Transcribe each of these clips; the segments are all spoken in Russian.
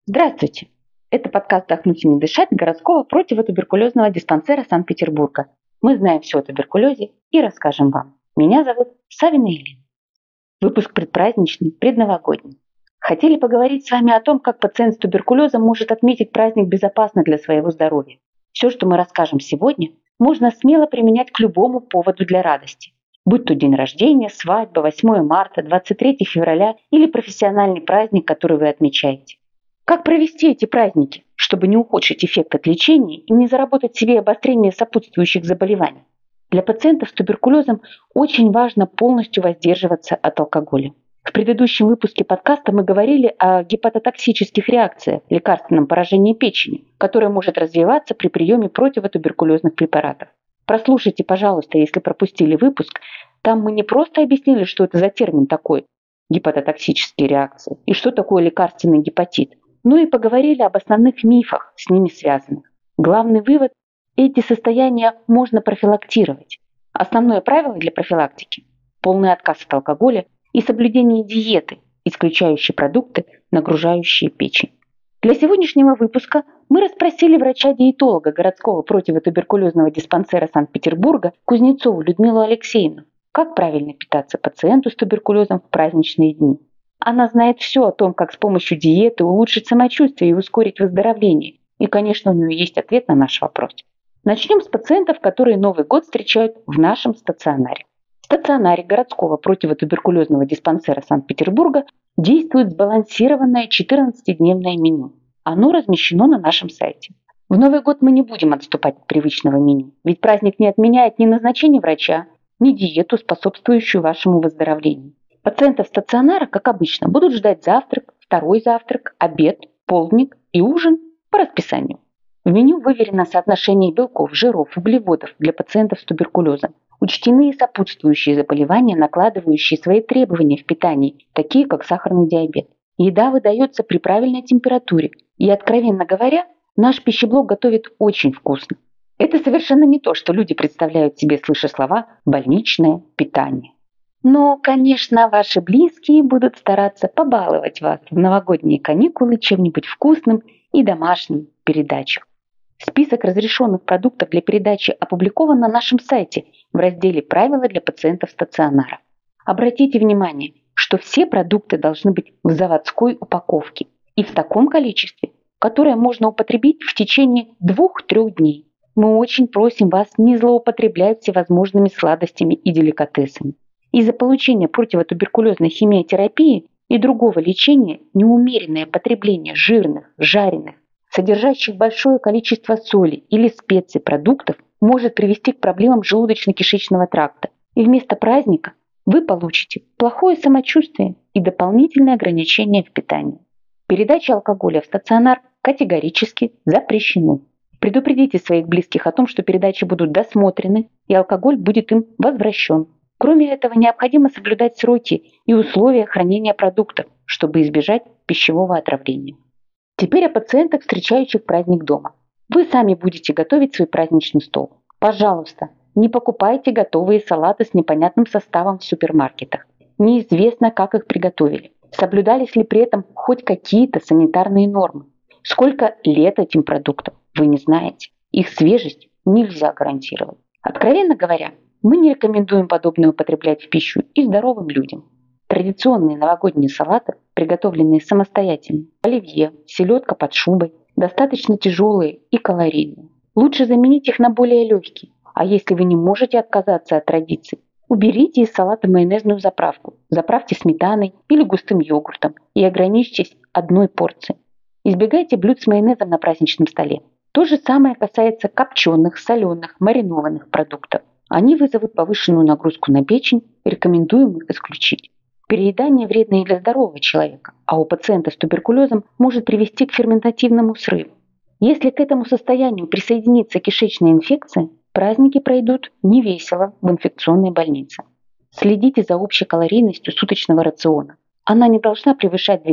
Здравствуйте! Это подкаст «Вдохнуть и не дышать» городского противотуберкулезного диспансера Санкт-Петербурга. Мы знаем все о туберкулезе и расскажем вам. Меня зовут Савина Елена. Выпуск предпраздничный, предновогодний. Хотели поговорить с вами о том, как пациент с туберкулезом может отметить праздник безопасно для своего здоровья. Все, что мы расскажем сегодня, можно смело применять к любому поводу для радости. Будь то день рождения, свадьба, 8 марта, 23 февраля или профессиональный праздник, который вы отмечаете. Как провести эти праздники, чтобы не ухудшить эффект от лечения и не заработать себе обострение сопутствующих заболеваний? Для пациентов с туберкулезом очень важно полностью воздерживаться от алкоголя. В предыдущем выпуске подкаста мы говорили о гепатотоксических реакциях, лекарственном поражении печени, которое может развиваться при приеме противотуберкулезных препаратов. Прослушайте, пожалуйста, если пропустили выпуск. Там мы не просто объяснили, что это за термин такой – гепатотоксические реакции, и что такое лекарственный гепатит, но и поговорили об основных мифах, с ними связанных. Главный вывод – эти состояния можно профилактировать. Основное правило для профилактики – полный отказ от алкоголя и соблюдение диеты, исключающей продукты, нагружающие печень. Для сегодняшнего выпуска мы расспросили врача-диетолога городского противотуберкулезного диспансера Санкт-Петербурга Кузнецову Людмилу Алексеевну, как правильно питаться пациенту с туберкулезом в праздничные дни. Она знает все о том, как с помощью диеты улучшить самочувствие и ускорить выздоровление. И, конечно, у нее есть ответ на наш вопрос. Начнем с пациентов, которые Новый год встречают в нашем стационаре. В стационаре городского противотуберкулезного диспансера Санкт-Петербурга действует сбалансированное 14-дневное меню. Оно размещено на нашем сайте. В Новый год мы не будем отступать от привычного меню, ведь праздник не отменяет ни назначение врача, ни диету, способствующую вашему выздоровлению. Пациентов стационара, как обычно, будут ждать завтрак, второй завтрак, обед, полдник и ужин по расписанию. В меню выверено соотношение белков, жиров, углеводов для пациентов с туберкулезом. Учтены и сопутствующие заболевания, накладывающие свои требования в питании, такие как сахарный диабет. Еда выдается при правильной температуре. И, откровенно говоря, наш пищеблок готовит очень вкусно. Это совершенно не то, что люди представляют себе, слыша слова «больничное питание». Но, конечно, ваши близкие будут стараться побаловать вас в новогодние каникулы чем-нибудь вкусным и домашним в передачах. Список разрешенных продуктов для передачи опубликован на нашем сайте в разделе «Правила для пациентов стационара». Обратите внимание, что все продукты должны быть в заводской упаковке и в таком количестве, которое можно употребить в течение 2-3 дней. Мы очень просим вас не злоупотреблять всевозможными сладостями и деликатесами. Из-за получения противотуберкулезной химиотерапии и другого лечения неумеренное потребление жирных, жареных, содержащих большое количество соли или специй продуктов может привести к проблемам желудочно-кишечного тракта. И вместо праздника вы получите плохое самочувствие и дополнительные ограничения в питании. Передача алкоголя в стационар категорически запрещены. Предупредите своих близких о том, что передачи будут досмотрены и алкоголь будет им возвращен. Кроме этого, необходимо соблюдать сроки и условия хранения продуктов, чтобы избежать пищевого отравления. Теперь о пациентах, встречающих праздник дома. Вы сами будете готовить свой праздничный стол. Пожалуйста, не покупайте готовые салаты с непонятным составом в супермаркетах. Неизвестно, как их приготовили. Соблюдались ли при этом хоть какие-то санитарные нормы. Сколько лет этим продуктам, вы не знаете. Их свежесть нельзя гарантировать. Откровенно говоря, мы не рекомендуем подобное употреблять в пищу и здоровым людям. Традиционные новогодние салаты, приготовленные самостоятельно, оливье, селедка под шубой, достаточно тяжелые и калорийные. Лучше заменить их на более легкие. А если вы не можете отказаться от традиций, уберите из салата майонезную заправку, заправьте сметаной или густым йогуртом и ограничьтесь одной порцией. Избегайте блюд с майонезом на праздничном столе. То же самое касается копченых, соленых, маринованных продуктов. Они вызовут повышенную нагрузку на печень, рекомендуем их исключить. Переедание вредно и для здорового человека, а у пациента с туберкулезом может привести к ферментативному срыву. Если к этому состоянию присоединится кишечная инфекция, праздники пройдут невесело в инфекционной больнице. Следите за общей калорийностью суточного рациона. Она не должна превышать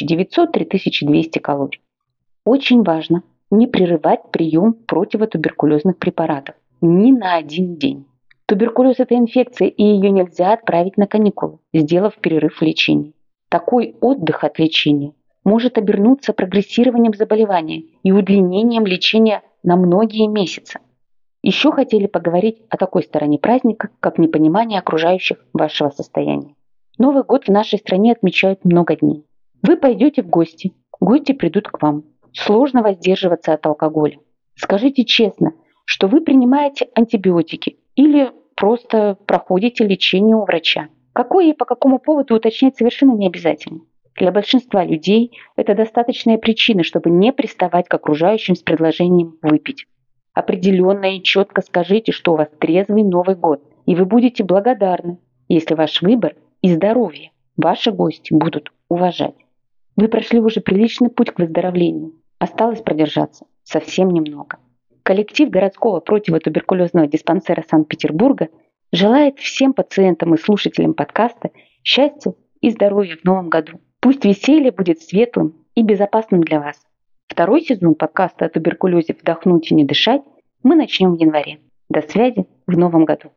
2900-3200 калорий. Очень важно не прерывать прием противотуберкулезных препаратов ни на один день. Туберкулез – это инфекция, и ее нельзя отправить на каникулы, сделав перерыв в лечении. Такой отдых от лечения может обернуться прогрессированием заболевания и удлинением лечения на многие месяцы. Еще хотели поговорить о такой стороне праздника, как непонимание окружающих вашего состояния. Новый год в нашей стране отмечают много дней. Вы пойдете в гости придут к вам. Сложно воздерживаться от алкоголя. Скажите честно, что вы принимаете антибиотики или просто проходите лечение у врача. Какое и по какому поводу уточнять совершенно не обязательно. Для большинства людей это достаточная причина, чтобы не приставать к окружающим с предложением выпить. Определенно и четко скажите, что у вас трезвый Новый год, и вы будете благодарны, если ваш выбор и здоровье ваши гости будут уважать. Вы прошли уже приличный путь к выздоровлению. Осталось продержаться совсем немного. Коллектив городского противотуберкулезного диспансера Санкт-Петербурга желает всем пациентам и слушателям подкаста счастья и здоровья в новом году. Пусть веселье будет светлым и безопасным для вас. Второй сезон подкаста о туберкулезе «Вдохнуть и не дышать» мы начнем в январе. До связи в новом году.